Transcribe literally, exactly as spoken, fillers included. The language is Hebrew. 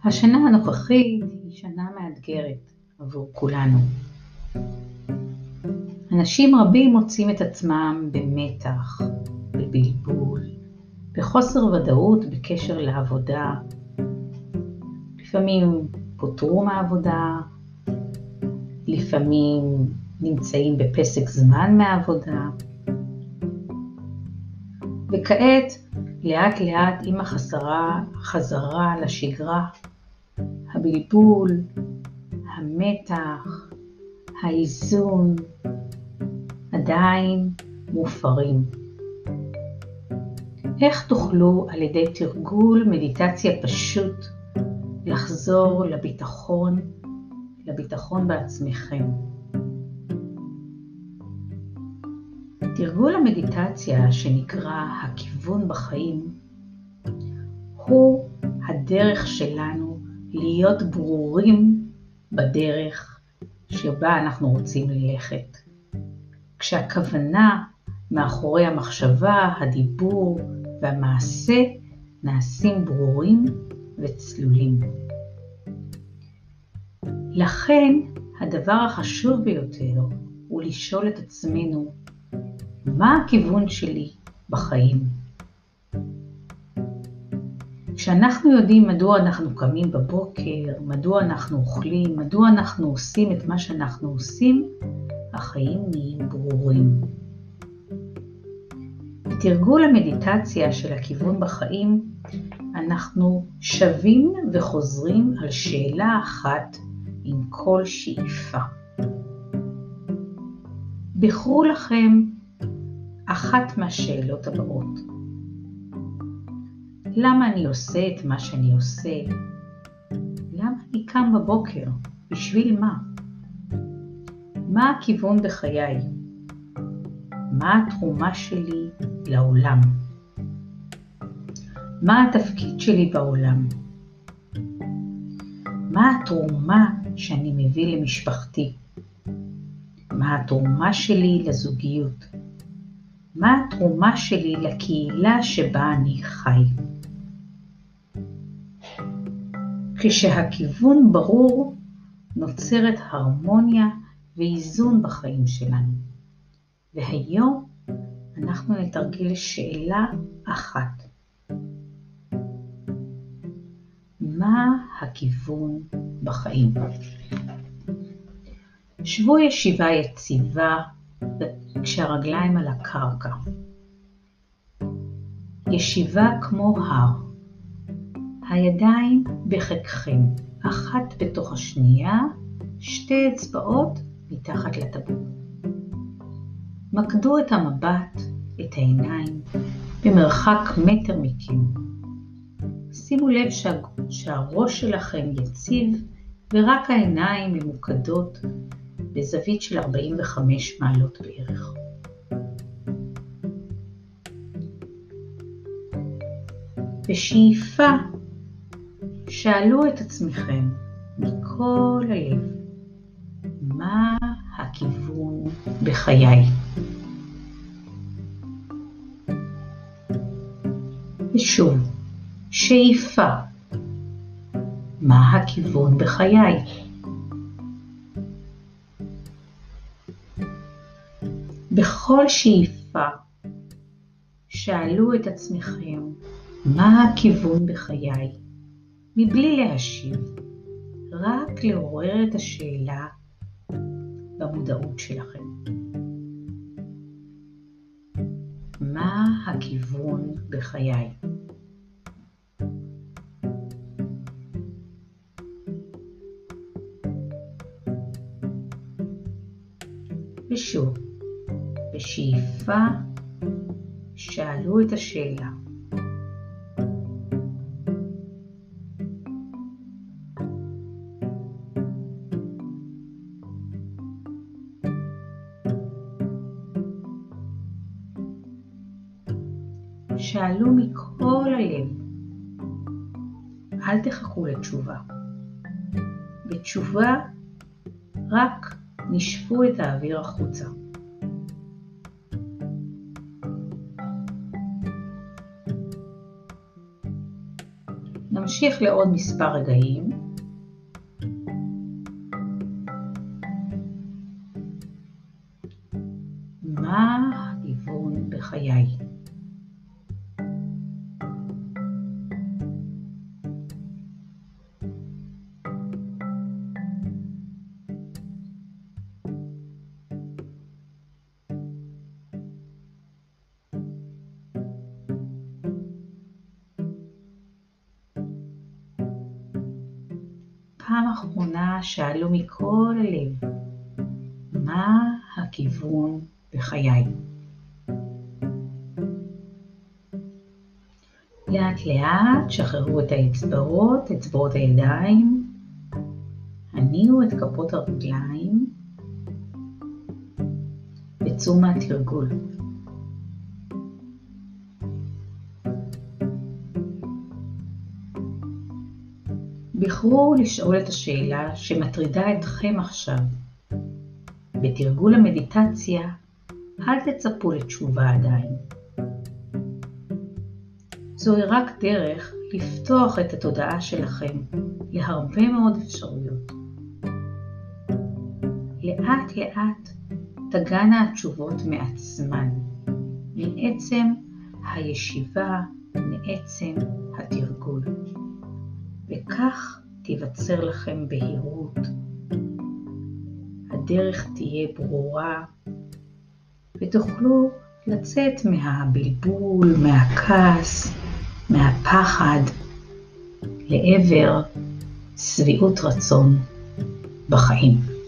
השנה הנוכחית היא שנה מאתגרת עבור כולנו. אנשים רבים מוצאים את עצמם במתח, בבלבול, בחוסר ודאות בקשר לעבודה. לפעמים פוטרו מהעבודה, לפעמים נמצאים בפסק זמן מהעבודה. וכעת, לאט לאט עם החזרה, חזרה לשגרה, הבלבול, המתח, האיזון, עדיין מופרים. איך תוכלו על ידי תרגול מדיטציה פשוט לחזור לביטחון, לביטחון בעצמכם? תרגול המדיטציה שנקרא הכיוון בחיים הוא הדרך שלנו להיות ברורים בדרך שבה אנחנו רוצים ללכת. כשהכוונה מאחורי המחשבה, הדיבור והמעשה נעשים ברורים וצלולים. לכן הדבר החשוב ביותר הוא לשאול את עצמנו, מה הכיוון שלי בחיים? כשאנחנו יודעים מדוע אנחנו קמים בבוקר, מדוע אנחנו אוכלים, מדוע אנחנו עושים את מה שאנחנו עושים, החיים נהיים ברורים. בתרגול המדיטציה של הכיוון בחיים, אנחנו שבים וחוזרים על שאלה אחת עם כל שאיפה. בחרו לכם אחת מהשאלות הבאות. למה אני עושה את מה שאני עושה? למה אני קם בבוקר? בשביל מה? מה הכיוון בחיי? מה התרומה שלי לעולם? מה התפקיד שלי בעולם? מה התרומה שאני מביא למשפחתי? מה התרומה שלי לזוגיות? מה התרומה שלי לקהילה שבה אני חי? כשהכיוון ברור, נוצרת הרמוניה ואיזון בחיים שלנו. והיום אנחנו נתרגל שאלה אחת. מה הכיוון בחיים? שבו ישיבה יציבה כשהרגליים על הקרקע. ישיבה כמו הר. הידיים בחיקכם, אחת בתוך השנייה, שתי אצבעות מתחת לטבור. מקדו את המבט, את העיניים, במרחק מטר מכם. שימו לב שה... שהראש שלכם יציב ורק העיניים ממוקדות בזווית של ארבעים וחמש מעלות בערך. בשאיפה שאלו את עצמכם מכל הלב, מה הכיוון בחיי? ושוב, שאיפה, מה הכיוון בחיי? בכל שאיפה שאלו את עצמכם מה הכיוון בחיי, מבלי להשיב, רק לעורר את השאלה במודעות שלכם. מה הכיוון בחיי? ושוב, בשאיפה שאלו את השאלה. שאלו מכל הלב. אל תחכו לתשובה. בתשובה רק נשפו את האוויר החוצה. נמשיך לעוד מספר רגעים. מה הגיוון בחיי? פעם אחרונה שאלו מכל הלב, מה הכיוון בחיי? לאט לאט שחררו את האצבעות, אצבעות הידיים, הניעו את כפות הרגליים וצאו מהתרגול. בחרו לשאול את השאלה שמטרידה אתכם עכשיו. בתרגול המדיטציה, אל תצפו לתשובה עדיין. זוהי רק דרך לפתוח את התודעה שלכם להרבה מאוד אפשרויות. לאט לאט תגענה התשובות מעצמן, מעצם הישיבה, מעצם התרגול. וכך תיווצר לכם בהירות. הדרך תהיה ברורה, ותוכלו לצאת מהבלבול, מהכעס, מהפחד, לעבר שביעות רצון בחיים.